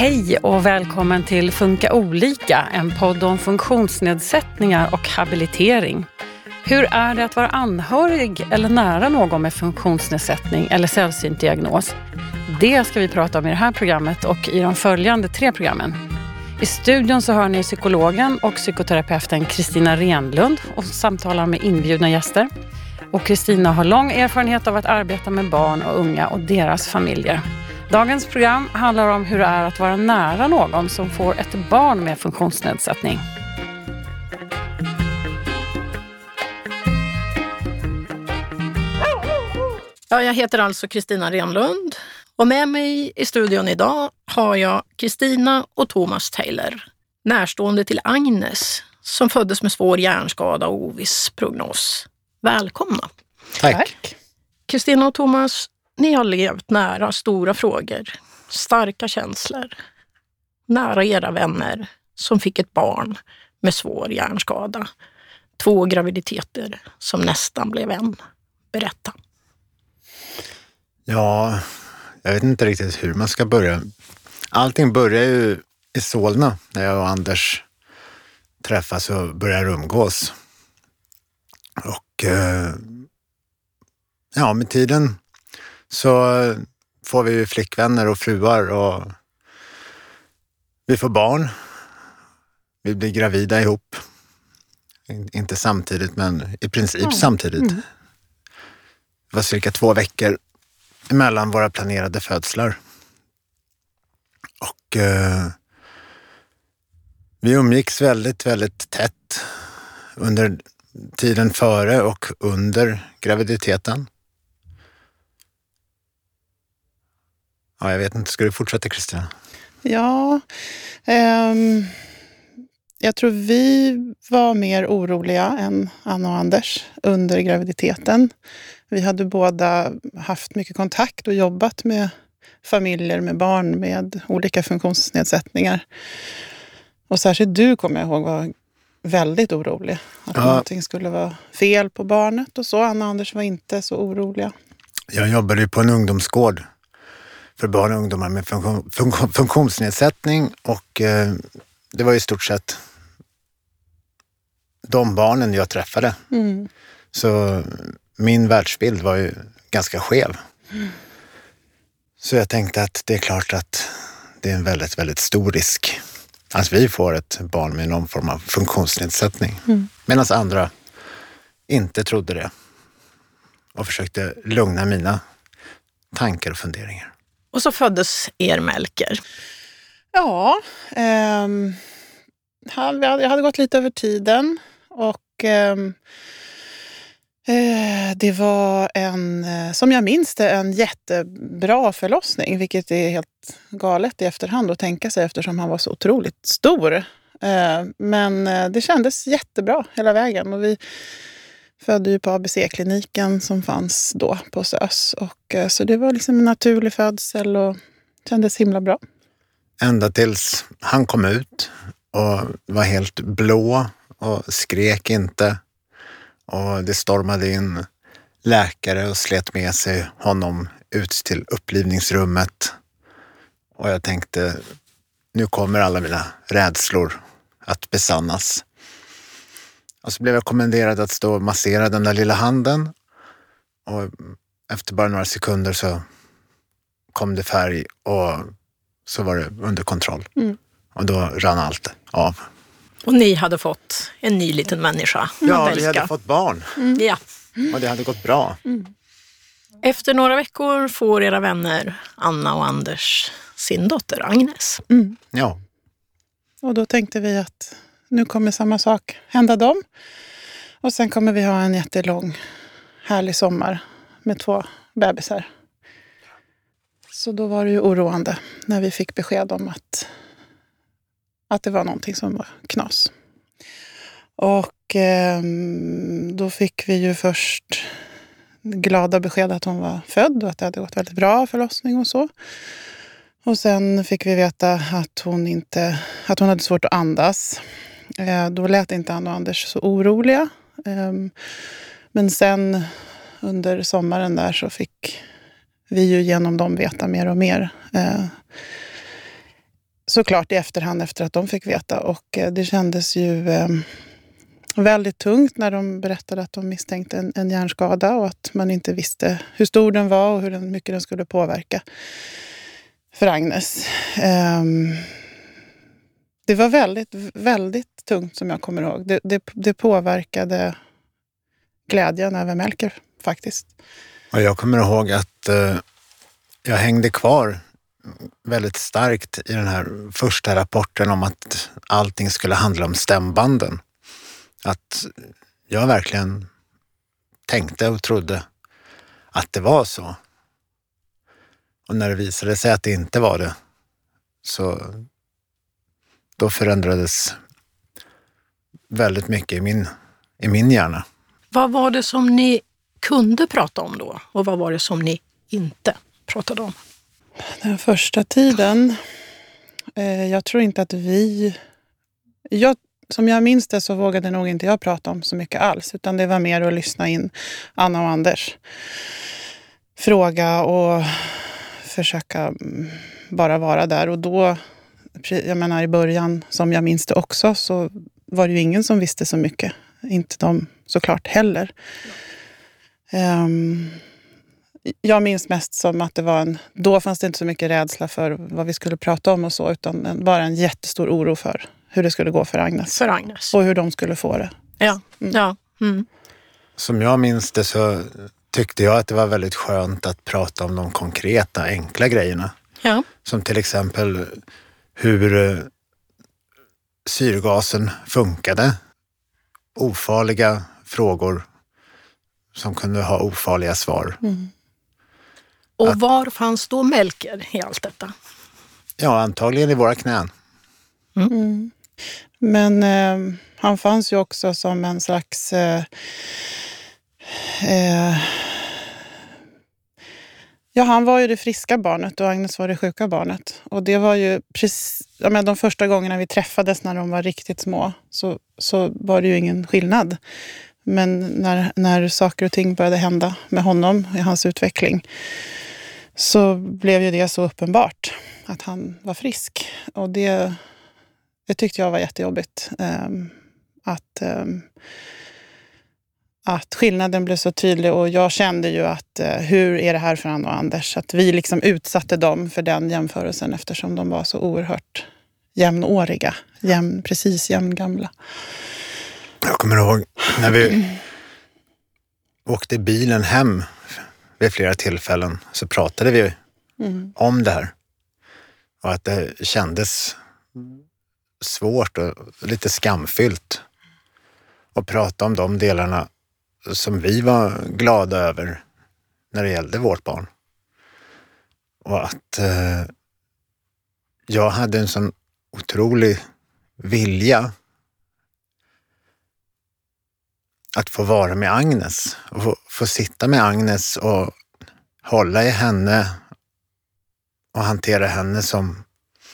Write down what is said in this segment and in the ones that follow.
Hej och välkommen till Funka olika, en podd om funktionsnedsättningar och habilitering. Hur är det att vara anhörig eller nära någon med funktionsnedsättning eller sällsynt diagnos? Det ska vi prata om i det här programmet och i de följande 3 programmen. I studion så hör ni psykologen och psykoterapeuten Kristina Renlund och samtalar med inbjudna gäster. Och Kristina har lång erfarenhet av att arbeta med barn och unga och deras familjer. Dagens program handlar om hur det är att vara nära någon som får ett barn med funktionsnedsättning. Ja, jag heter alltså Kristina Renlund och med mig i studion idag har jag Kristina och Thomas Taylor, närstående till Agnes som föddes med svår hjärnskada och oviss prognos. Välkomna. Tack. Kristina och Thomas, ni har levt nära stora frågor, starka känslor, nära era vänner som fick ett barn med svår hjärnskada. 2 graviditeter som nästan blev en. Berätta. Ja, jag vet inte riktigt hur man ska börja. Allting börjar ju i Solna när jag och Anders träffas och börjar umgås. Och ja, med tiden så får vi ju flickvänner och fruar och vi får barn. Vi blir gravida ihop. Inte samtidigt, men i princip samtidigt. Det var cirka 2 veckor emellan våra planerade födslar. Och vi umgicks väldigt, väldigt tätt under tiden före och under graviditeten. Ja, jag vet inte. Ska du fortsätta, Kristina? Ja, jag tror vi var mer oroliga än Anna och Anders under graviditeten. Vi hade båda haft mycket kontakt och jobbat med familjer med barn med olika funktionsnedsättningar. Och särskilt du, kommer jag ihåg, var väldigt orolig. Att någonting skulle vara fel på barnet och så. Anna och Anders var inte så oroliga. Jag jobbade ju på en ungdomsgård för barn och ungdomar med funktionsnedsättning och det var i stort sett de barnen jag träffade. Så min världsbild var ju ganska skev. Så jag tänkte att det är klart att det är en väldigt, väldigt stor risk att vi får ett barn med någon form av funktionsnedsättning. Medan andra inte trodde det. Och försökte lugna mina tankar och funderingar. Och så föddes Melker. Ja, jag hade gått lite över tiden och det var som jag minns det, en jättebra förlossning, vilket är helt galet i efterhand att tänka sig eftersom han var så otroligt stor. Men det kändes jättebra hela vägen och vi födde ju på ABC-kliniken som fanns då på SÖS. Och, så det var liksom en naturlig födsel och kändes himla bra. Ända tills han kom ut och var helt blå och skrek inte. Och det stormade in läkare och slet med sig honom ut till upplivningsrummet. Och jag tänkte, nu kommer alla mina rädslor att besannas. Och så blev jag kommenderad att stå och massera den där lilla handen. Och efter bara några sekunder så kom det färg och så var det under kontroll. Och då rann allt av. Och ni hade fått en ny liten människa. Ja, vi hade fått barn. Ja. Och det hade gått bra. Efter några veckor får era vänner Anna och Anders sin dotter Agnes. Ja. Och då tänkte vi att nu kommer samma sak hända dem. Och sen kommer vi ha en jättelång, härlig sommar med 2 bebisar. Så då var det ju oroande när vi fick besked om att det var någonting som var knas. Och då fick vi ju först glada besked att hon var född och att det hade gått väldigt bra förlossning och så. Och sen fick vi veta att hon hade svårt att andas. Då lät inte Anna och Anders så oroliga. Men sen under sommaren där så fick vi ju genom dem veta mer och mer. såklart i efterhand efter att de fick veta. Och det kändes ju väldigt tungt när de berättade att de misstänkte en hjärnskada och att man inte visste hur stor den var och hur mycket den skulle påverka för Agnes. Det var väldigt, väldigt tungt som jag kommer ihåg. Det påverkade glädjen över Melker faktiskt. Och jag kommer ihåg att jag hängde kvar väldigt starkt i den här första rapporten om att allting skulle handla om stämbanden. Att jag verkligen tänkte och trodde att det var så. Och när det visade sig att det inte var det, så då förändrades väldigt mycket i min hjärna. Vad var det som ni kunde prata om då? Och vad var det som ni inte pratade om? Den första tiden, jag tror inte att som jag minns det så vågade nog inte jag prata om så mycket alls. Utan det var mer att lyssna in Anna och Anders. Fråga och försöka bara vara där. Och då, jag menar i början, som jag minns det också, så var det ju ingen som visste så mycket. Inte de såklart heller. Jag minns mest som att det var då fanns det inte så mycket rädsla för vad vi skulle prata om och så, utan bara en jättestor oro för hur det skulle gå för Agnes. För Agnes. Och hur de skulle få det. Ja. Ja. Mm. Som jag minns det så tyckte jag att det var väldigt skönt att prata om de konkreta, enkla grejerna. Ja. Som till exempel hur syrgasen funkade. Ofarliga frågor som kunde ha ofarliga svar. Mm. Och var fanns då Melker i allt detta? Ja, antagligen i våra knän. Mm. Men han fanns ju också som en slags han var ju det friska barnet och Agnes var det sjuka barnet. Och det var ju precis, de första gångerna vi träffades när de var riktigt små så var det ju ingen skillnad. Men när saker och ting började hända med honom i hans utveckling så blev ju det så uppenbart att han var frisk. Och det tyckte jag var jättejobbigt. Att skillnaden blev så tydlig, och jag kände ju att hur är det här för Anna och Anders? Att vi liksom utsatte dem för den jämförelsen eftersom de var så oerhört jämnåriga, precis jämngamla. Jag kommer ihåg när vi åkte bilen hem vid flera tillfällen så pratade vi om det här. Och att det kändes svårt och lite skamfyllt att prata om de delarna som vi var glada över när det gällde vårt barn. Och att jag hade en sån otrolig vilja att få vara med Agnes och få sitta med Agnes och hålla i henne och hantera henne som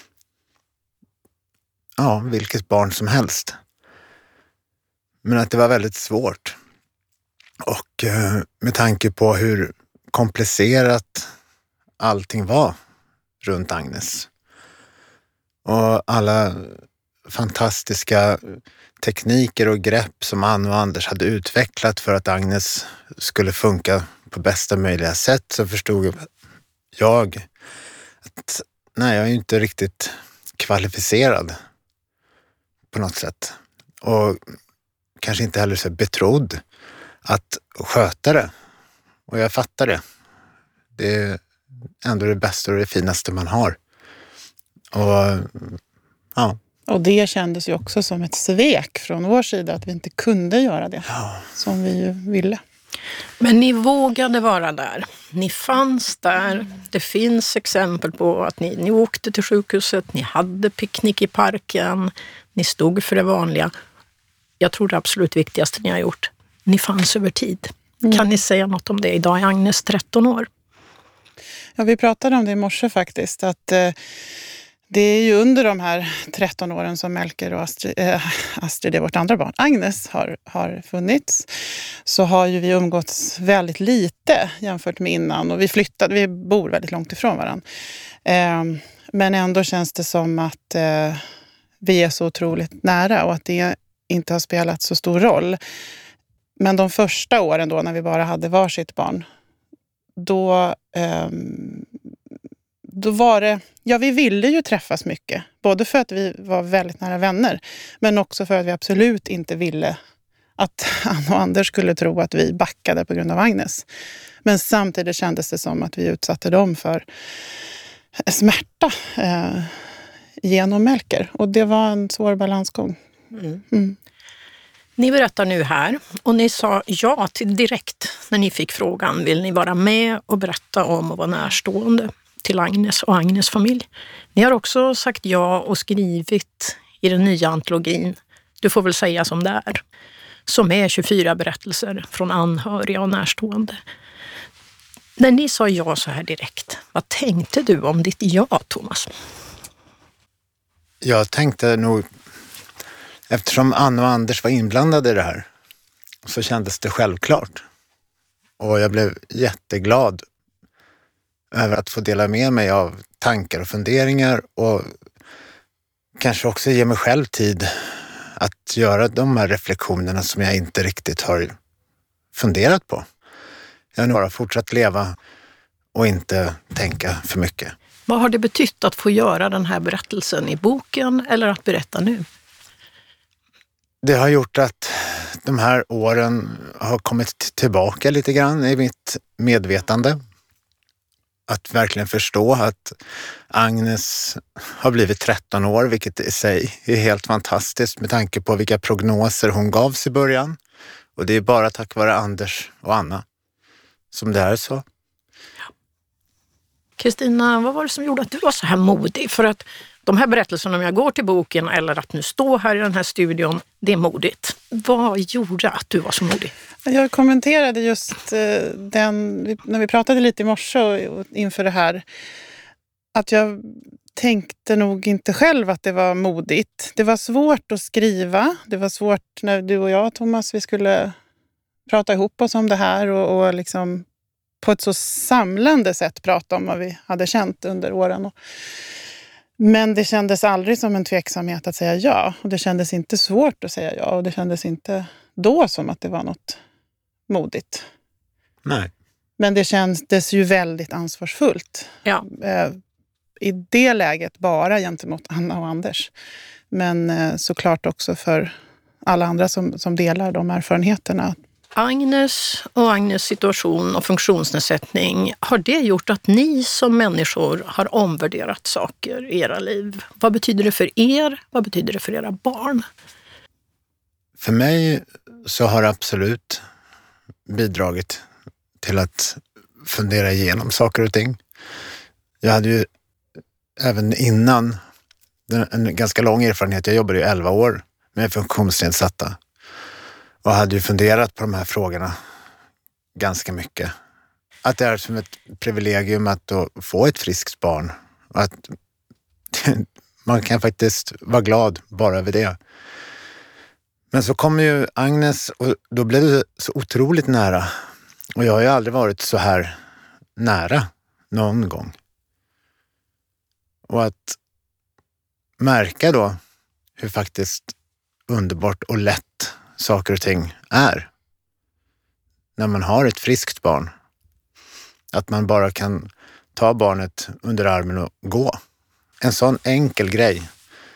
vilket barn som helst. Men att det var väldigt svårt. Och med tanke på hur komplicerat allting var runt Agnes. Och alla fantastiska tekniker och grepp som Anna och Anders hade utvecklat för att Agnes skulle funka på bästa möjliga sätt, så förstod jag att jag är inte riktigt kvalificerad på något sätt. Och kanske inte heller så betrodd att sköta det. Och jag fattar det. Det är ändå det bästa och det finaste man har. Och det kändes ju också som ett svek från vår sida att vi inte kunde göra det som vi ju ville. Men ni vågade vara där. Ni fanns där. Det finns exempel på att ni åkte till sjukhuset, ni hade picknick i parken, ni stod för det vanliga. Jag tror det absolut viktigaste ni har gjort. Ni fanns över tid. Kan ni säga något om det? Idag är Agnes 13 år. Ja, vi pratade om det i morse faktiskt. Att Det är ju under de här 13 åren som Melker och Astrid är vårt andra barn, Agnes, har funnits. Så har ju vi umgåtts väldigt lite jämfört med innan. Och vi bor väldigt långt ifrån varandra. Men ändå känns det som att vi är så otroligt nära och att det inte har spelat så stor roll. Men de första åren då när vi bara hade varsitt barn, då var det, vi ville ju träffas mycket. Både för att vi var väldigt nära vänner, men också för att vi absolut inte ville att Anna och Anders skulle tro att vi backade på grund av Agnes. Men samtidigt kändes det som att vi utsatte dem för smärta genom Melker. Och det var en svår balansgång. Ni berättar nu här och ni sa ja till direkt när ni fick frågan. Vill ni vara med och berätta om och vara närstående till Agnes och Agnes familj? Ni har också sagt ja och skrivit i den nya antologin Du får väl säga som det är, som är 24 berättelser från anhöriga och närstående. När ni sa ja så här direkt, vad tänkte du om ditt ja, Thomas? Jag tänkte nog, eftersom Anna och Anders var inblandade i det här, så kändes det självklart. Och jag blev jätteglad över att få dela med mig av tankar och funderingar och kanske också ge mig själv tid att göra de här reflektionerna som jag inte riktigt har funderat på. Jag har nog bara fortsatt leva och inte tänka för mycket. Vad har det betytt att få göra den här berättelsen i boken eller att berätta nu? Det har gjort att de här åren har kommit tillbaka lite grann i mitt medvetande. Att verkligen förstå att Agnes har blivit 13 år, vilket i sig är helt fantastiskt med tanke på vilka prognoser hon gavs i början. Och det är bara tack vare Anders och Anna som det är så. Kristina, vad var det som gjorde att du var så här modig? För att de här berättelserna, om jag går till boken eller att nu stå här i den här studion, det är modigt. Vad gjorde att du var så modig? Jag kommenterade just när vi pratade lite i morse inför det här, att jag tänkte nog inte själv att det var modigt. Det var svårt att skriva. Det var svårt när du och jag, Thomas, vi skulle prata ihop oss om det här och liksom på ett så samlande sätt prata om vad vi hade känt under åren. Men det kändes aldrig som en tveksamhet att säga ja. Och det kändes inte svårt att säga ja. Och det kändes inte då som att det var något modigt. Nej. Men det kändes ju väldigt ansvarsfullt. Ja. I det läget bara gentemot Anna och Anders. Men såklart också för alla andra som delar de erfarenheterna. Agnes och Agnes situation och funktionsnedsättning, har det gjort att ni som människor har omvärderat saker i era liv? Vad betyder det för er? Vad betyder det för era barn? För mig så har det absolut bidragit till att fundera igenom saker och ting. Jag hade ju även innan en ganska lång erfarenhet. Jag jobbade ju 11 år med funktionsnedsatta. Och hade ju funderat på de här frågorna ganska mycket. Att det är som ett privilegium att då få ett friskt barn. Att man kan faktiskt vara glad bara över det. Men så kom ju Agnes och då blev det så otroligt nära. Och jag har ju aldrig varit så här nära någon gång. Och att märka då hur faktiskt underbart och lätt saker och ting är när man har ett friskt barn. Att man bara kan ta barnet under armen och gå. En sån enkel grej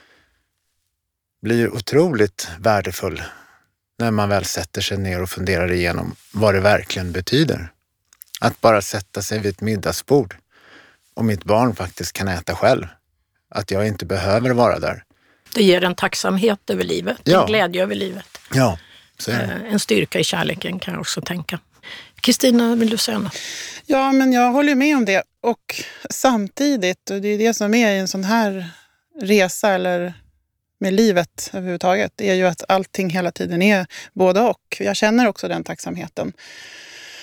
blir otroligt värdefull när man väl sätter sig ner och funderar igenom vad det verkligen betyder. Att bara sätta sig vid ett middagsbord och mitt barn faktiskt kan äta själv. Att jag inte behöver vara där. Det ger en tacksamhet över livet, en glädje över livet. Ja, så är det. En styrka i kärleken kan jag också tänka. Kristina, vill du säga något? Ja, men jag håller med om det. Och samtidigt, och det är det som är i en sån här resa eller med livet överhuvudtaget, det är ju att allting hela tiden är både och. Jag känner också den tacksamheten.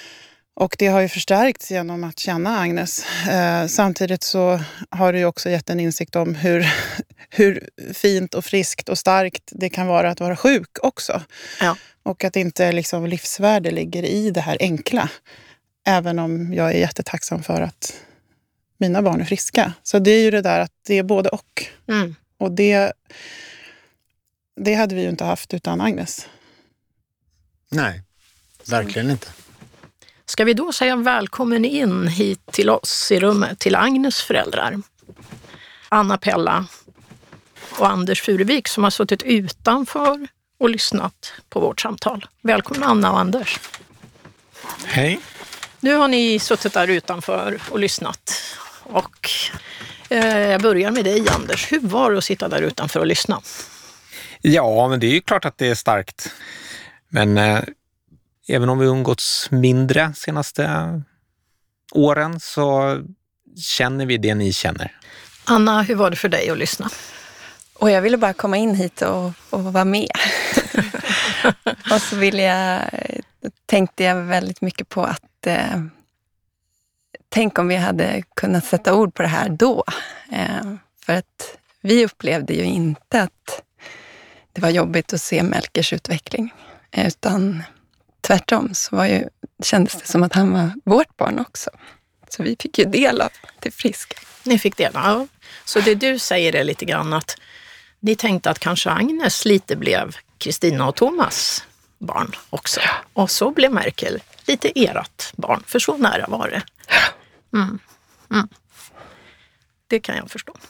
Och det har ju förstärkts genom att känna Agnes. Samtidigt så har det ju också gett en insikt om hur fint och friskt och starkt det kan vara att vara sjuk också. Ja. Och att inte liksom livsvärde ligger i det här enkla. Även om jag är jättetacksam för att mina barn är friska. Så det är ju det där att det är både och. Mm. Och det hade vi ju inte haft utan Agnes. Nej, verkligen inte. Ska vi då säga välkommen in hit till oss i rummet, till Agnes föräldrar. Anna Pella och Anders Furuvik som har suttit utanför och lyssnat på vårt samtal. Välkomna Anna och Anders. Hej. Nu har ni suttit där utanför och lyssnat. Och jag börjar med dig Anders. Hur var det att sitta där utanför och lyssna? Ja, men det är ju klart att det är starkt. Men även om vi umgåtts mindre senaste åren så känner vi det ni känner. Anna, hur var det för dig att lyssna? Och jag ville bara komma in hit och vara med. Och så tänkte jag väldigt mycket på att tänk om vi hade kunnat sätta ord på det här då. För att vi upplevde ju inte att det var jobbigt att se Melkers utveckling. Utan tvärtom så kändes det som att han var vårt barn också. Så vi fick ju del av det friska. Ni fick det, ja. Så det du säger är lite grann att ni tänkte att kanske Agnes lite blev Kristina och Thomas barn också. Och så blev Merkel lite erat barn, för så nära var det. Mm. Mm. Det kan jag förstå.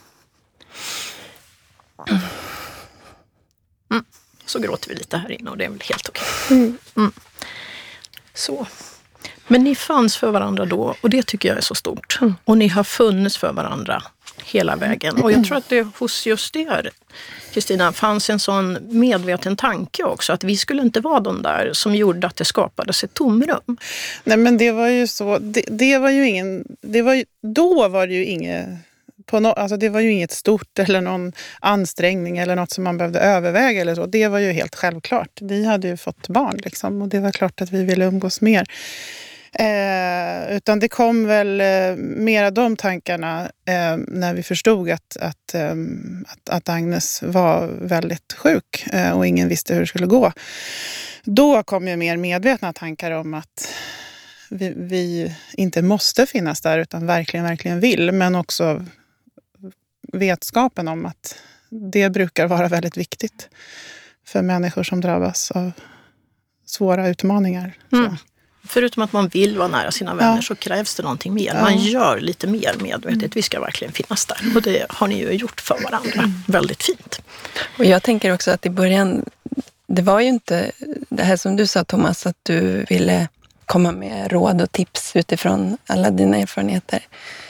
Mm. Så gråter vi lite här inne och det är väl helt okej. Mm. Så. Men ni fanns för varandra då och det tycker jag är så stort. Och ni har funnits för varandra hela vägen. Och jag tror att det hos just er, Kristina, fanns en sån medveten tanke också. Att vi skulle inte vara de där som gjorde att det skapades ett tomrum. Nej, men det var ju så. Det var ju ingen... Då var det ju inget... Alltså det var ju inget stort eller någon ansträngning eller något som man behövde överväga eller så. Det var ju helt självklart. Vi hade ju fått barn liksom och det var klart att vi ville umgås mer. Utan det kom väl mera de tankarna när vi förstod att Agnes var väldigt sjuk och ingen visste hur det skulle gå. Då kom ju mer medvetna tankar om att vi inte måste finnas där utan verkligen, verkligen vill. Men också vetskapen om att det brukar vara väldigt viktigt för människor som drabbas av svåra utmaningar. Mm. Förutom att man vill vara nära sina vänner så krävs det någonting mer. Man gör lite mer medvetet. Vi ska verkligen finnas där. Och det har ni ju gjort för varandra. Väldigt fint. Och jag tänker också att i början, det var ju inte det här som du sa Thomas, att du ville komma med råd och tips utifrån alla dina erfarenheter.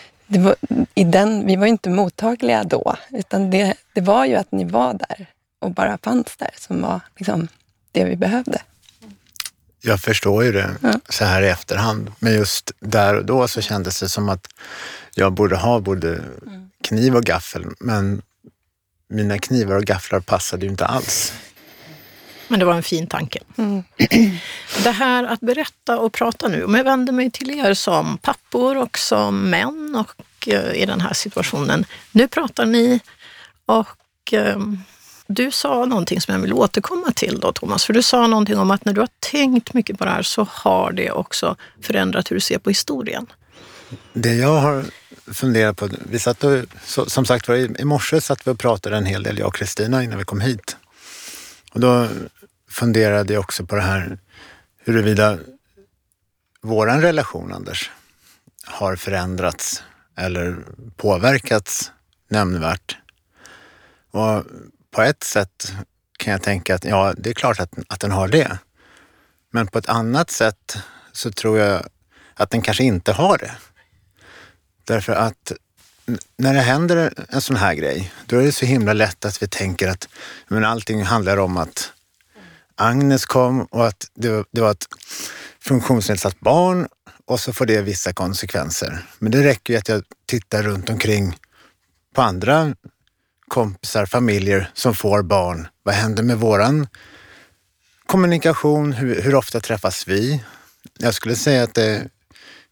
Vi var ju inte mottagliga då, utan det var ju att ni var där och bara fanns där som var liksom det vi behövde. Jag förstår ju det så här i efterhand. Men just där och då så kändes det som att jag borde ha både kniv och gaffel. Men mina knivar och gafflar passade ju inte alls. Men det var en fin tanke. Mm. Det här att berätta och prata nu. Om jag vänder mig till er som pappor och som män och i den här situationen. Nu pratar ni och du sa någonting som jag vill återkomma till då Thomas. För du sa någonting om att när du har tänkt mycket på det här så har det också förändrat hur du ser på historien. Det jag har funderat på, vi satt och, som sagt var i morse satt vi och pratade en hel del, jag och Kristina, innan vi kom hit. Och då funderade jag också på det här huruvida våran relation, Anders, har förändrats eller påverkats nämnvärt. Och på ett sätt kan jag tänka att ja, det är klart att den har det. Men på ett annat sätt så tror jag att den kanske inte har det. Därför att när det händer en sån här grej, då är det så himla lätt att vi tänker att men allting handlar om att Agnes kom och att det var ett funktionsnedsatt barn och så får det vissa konsekvenser. Men det räcker ju att jag tittar runt omkring på andra kompisar, familjer som får barn. Vad händer med våran kommunikation? Hur ofta träffas vi? Jag skulle säga att det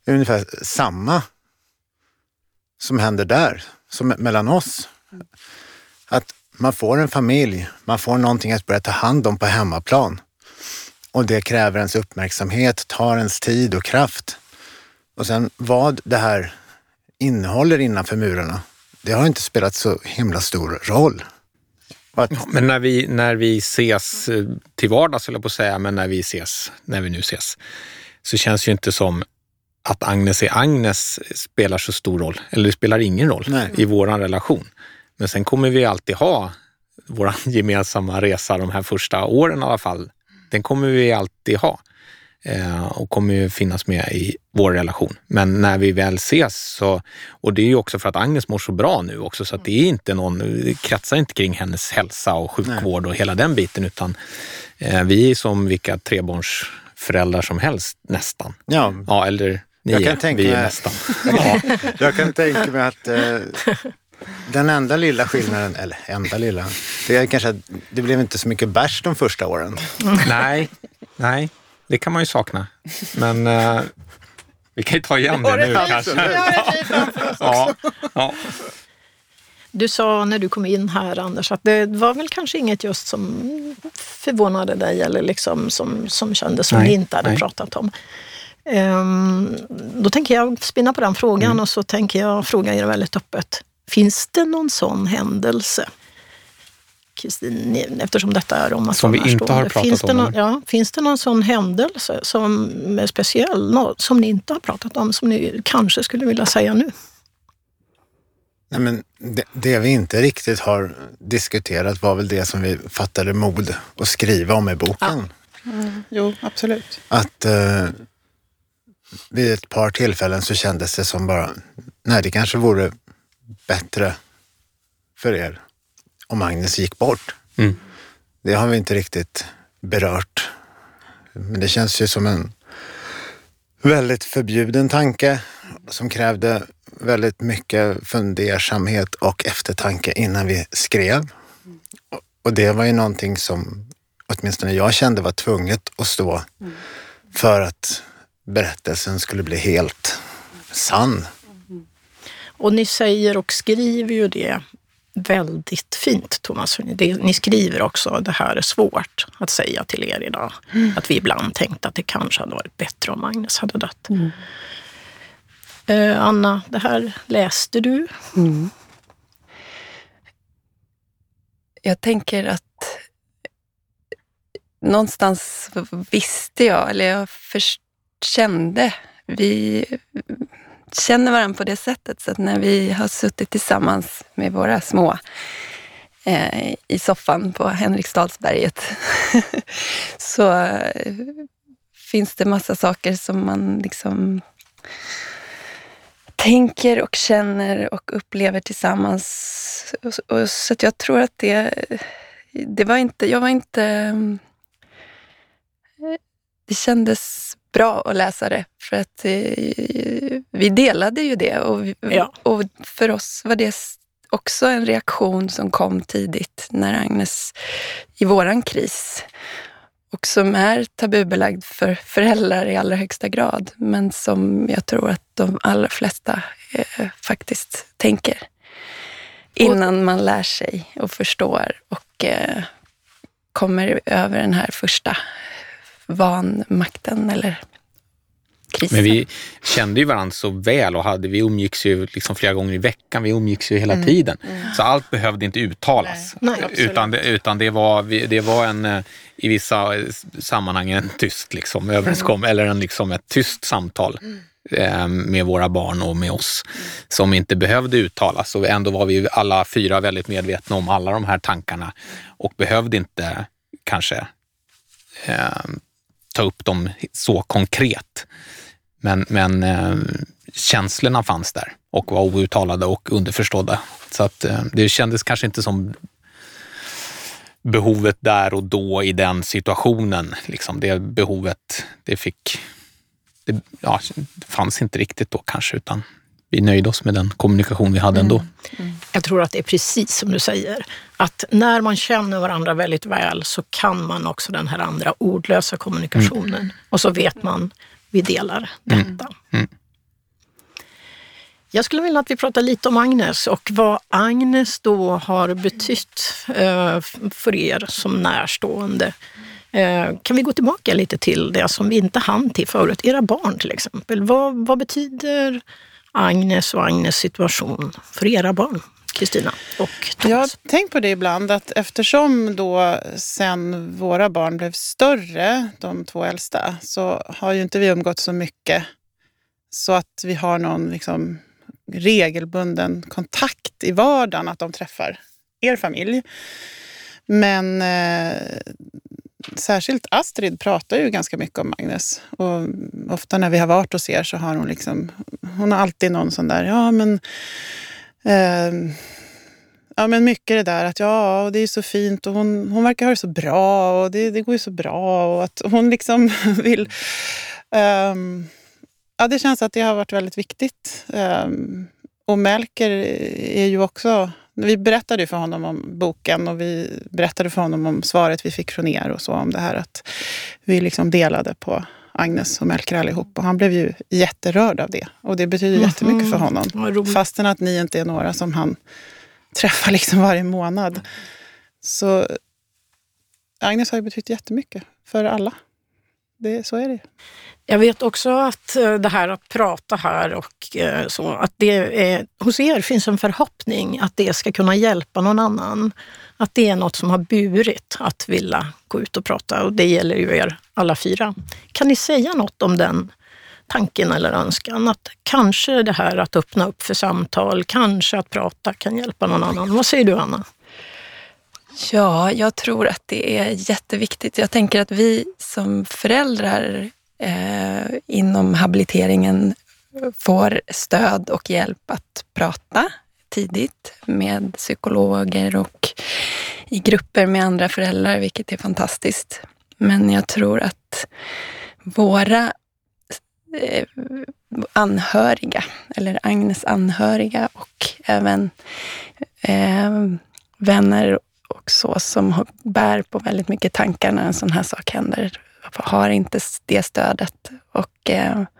är ungefär samma som händer där, som mellan oss. Att man får en familj, man får någonting att börja ta hand om på hemmaplan. Och det kräver ens uppmärksamhet, tar ens tid och kraft. Och sen vad det här innehåller innanför murarna, det har inte spelat så himla stor roll. Men när vi ses till vardags, eller på att säga, men när vi nu ses, så känns ju inte som att Agnes är Agnes spelar så stor roll. Eller det spelar ingen roll i våran relation. Men sen kommer vi alltid ha våran gemensamma resa de här första åren i alla fall. Den kommer vi alltid ha. Och kommer ju finnas med i vår relation. Men när vi väl ses så, och det är ju också för att Agnes mår så bra nu också, så att det är inte det kretsar inte kring hennes hälsa och sjukvård och hela den biten, utan vi är som vilka trebarnsföräldrar som helst nästan. Ja, eller vi är nästan. Jag kan tänka mig att den enda lilla skillnaden, eller enda lilla, det är kanske att det blev inte så mycket bärs de första åren. Nej. Det kan man ju sakna. Men vi kan ju ta igen det nu kanske. Ja. Du sa när du kom in här, Anders, att det var väl kanske inget just som förvånade dig eller liksom som kändes som ni inte hade pratat om. Då tänker jag spinna på den frågan och så tänker jag fråga er väldigt öppet. Finns det någon sån händelse, Kristin, eftersom detta är om som vi inte har pratat om? Finns det någon sån händelse som är speciell, som ni inte har pratat om, som ni kanske skulle vilja säga nu? Nej, men det vi inte riktigt har diskuterat var väl det som vi fattade mod att skriva om i boken. Ja. Jo, absolut. Att vid ett par tillfällen så kändes det som bara, det kanske vore bättre för er om Agnes gick bort. Det har vi inte riktigt berört. Men det känns ju som en väldigt förbjuden tanke som krävde väldigt mycket fundersamhet och eftertanke innan vi skrev. Och det var ju någonting som åtminstone jag kände var tvunget att stå för att berättelsen skulle bli helt sann. Och ni säger och skriver ju det väldigt fint, Thomas. Ni skriver också, det här är svårt att säga till er idag. Att vi ibland tänkte att det kanske hade varit bättre om Agnes hade dött. Anna, det här läste du? Jag tänker att någonstans visste jag, eller jag kände, vi känner varandra på det sättet, så att när vi har suttit tillsammans med våra små i soffan på Henriksdalsberget så finns det massa saker som man liksom tänker och känner och upplever tillsammans. Och så att jag tror att det kändes bra att läsa det, för att vi delade ju det och för oss var det också en reaktion som kom tidigt när Agnes i våran kris, och som är tabubelagd för föräldrar i allra högsta grad, men som jag tror att de allra flesta faktiskt tänker innan man lär sig och förstår och kommer över den här första vanmakten eller krisen. Men vi kände ju varandra så väl och vi umgicks ju liksom flera gånger i veckan. Vi umgicks ju hela tiden. Så allt behövde inte uttalas. Nej, utan det var en i vissa sammanhang en tyst liksom, eller ett tyst samtal med våra barn och med oss som inte behövde uttalas. Och ändå var vi alla fyra väldigt medvetna om alla de här tankarna och behövde inte kanske ta upp dem så konkret. Men känslorna fanns där och var outtalade och underförstådda. Så att det kändes kanske inte som behovet där och då i den situationen. Liksom det behovet, det fanns inte riktigt då kanske, utan vi nöjde oss med den kommunikation vi hade ändå. Jag tror att det är precis som du säger. Att när man känner varandra väldigt väl så kan man också den här andra ordlösa kommunikationen. Och så vet man, vi delar detta. Jag skulle vilja att vi pratar lite om Agnes och vad Agnes då har betytt för er som närstående. Kan vi gå tillbaka lite till det som vi inte hann till förut? Era barn till exempel. Vad betyder Agnes och Agnes situation för era barn? Kristina och Thomas. Jag har tänkt på det ibland att eftersom då sen våra barn blev större, de 2 äldsta, så har ju inte vi umgått så mycket så att vi har någon liksom regelbunden kontakt i vardagen att de träffar er familj. Men särskilt Astrid pratar ju ganska mycket om Agnes. Och ofta när vi har varit hos er så har hon har alltid någon sån där, men mycket det där att och det är så fint och hon verkar ha det så bra och det går ju så bra och att hon liksom vill... det känns att det har varit väldigt viktigt. Och Melker är ju också... Vi berättade för honom om boken och vi berättade för honom om svaret vi fick från er och så om det här att vi liksom delade på Agnes och Melker allihop och han blev ju jätterörd av det och det betyder jättemycket för honom. Fastän att ni inte är några som han träffar liksom varje månad. Så Agnes har ju betytt jättemycket för alla. Så är det. Jag vet också att det här att prata här och så, att hos er finns en förhoppning att det ska kunna hjälpa någon annan. Att det är något som har burit att vilja gå ut och prata och det gäller ju er alla 4. Kan ni säga något om den tanken eller önskan? Att kanske det här att öppna upp för samtal, kanske att prata kan hjälpa någon annan. Vad säger du, Anna? Ja, jag tror att det är jätteviktigt. Jag tänker att vi som föräldrar inom habiliteringen får stöd och hjälp att prata tidigt med psykologer och i grupper med andra föräldrar, vilket är fantastiskt. Men jag tror att våra anhöriga, eller Agnes anhöriga och även vänner och så som bär på väldigt mycket tankar när en sån här sak händer, har inte det stödet. Och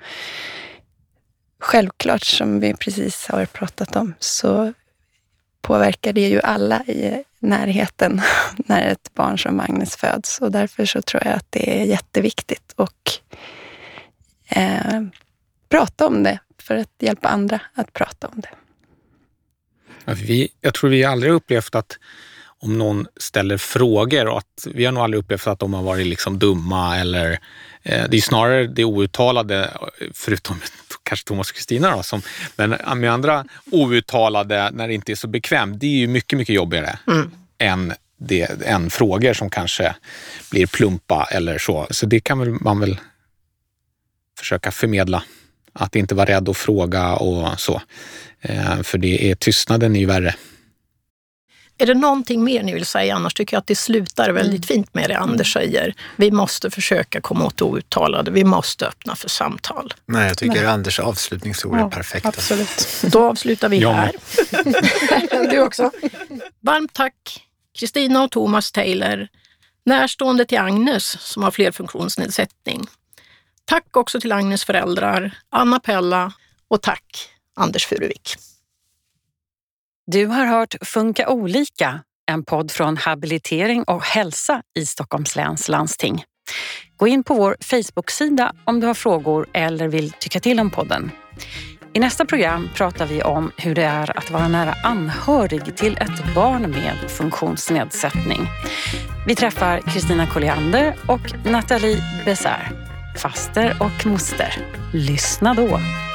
självklart, som vi precis har pratat om, så påverkar det ju alla i närheten när ett barn som Agnes föds. Och därför så tror jag att det är jätteviktigt att prata om det för att hjälpa andra att prata om det. Jag tror vi aldrig upplevt att om någon ställer frågor och att vi har nog aldrig upplevt att de har varit liksom dumma eller det är snarare det outtalade, förutom kanske Thomas och Kristina då, men med andra outtalade när det inte är så bekvämt, det är ju mycket, mycket jobbigare än frågor som kanske blir plumpa eller så. Så det kan man väl försöka förmedla, att inte vara rädd att fråga och så. För tystnaden är ju värre. Är det någonting mer ni vill säga? Annars tycker jag att det slutar väldigt fint med det Anders säger. Vi måste försöka komma åt outtalade. Vi måste öppna för samtal. Nej, jag tycker Anders avslutningsord är perfekt. Absolut. Då avslutar vi här. Du också. Varmt tack Kristina och Thomas Taylor, närstående till Agnes som har flerfunktionsnedsättning. Tack också till Agnes föräldrar, Anna Pella, och tack Anders Furuvik. Du har hört Funka olika, en podd från Habilitering och hälsa i Stockholms läns landsting. Gå in på vår Facebook-sida om du har frågor eller vill tycka till om podden. I nästa program pratar vi om hur det är att vara nära anhörig till ett barn med funktionsnedsättning. Vi träffar Kristina Colliander och Nathalie Besser, faster och moster. Lyssna då!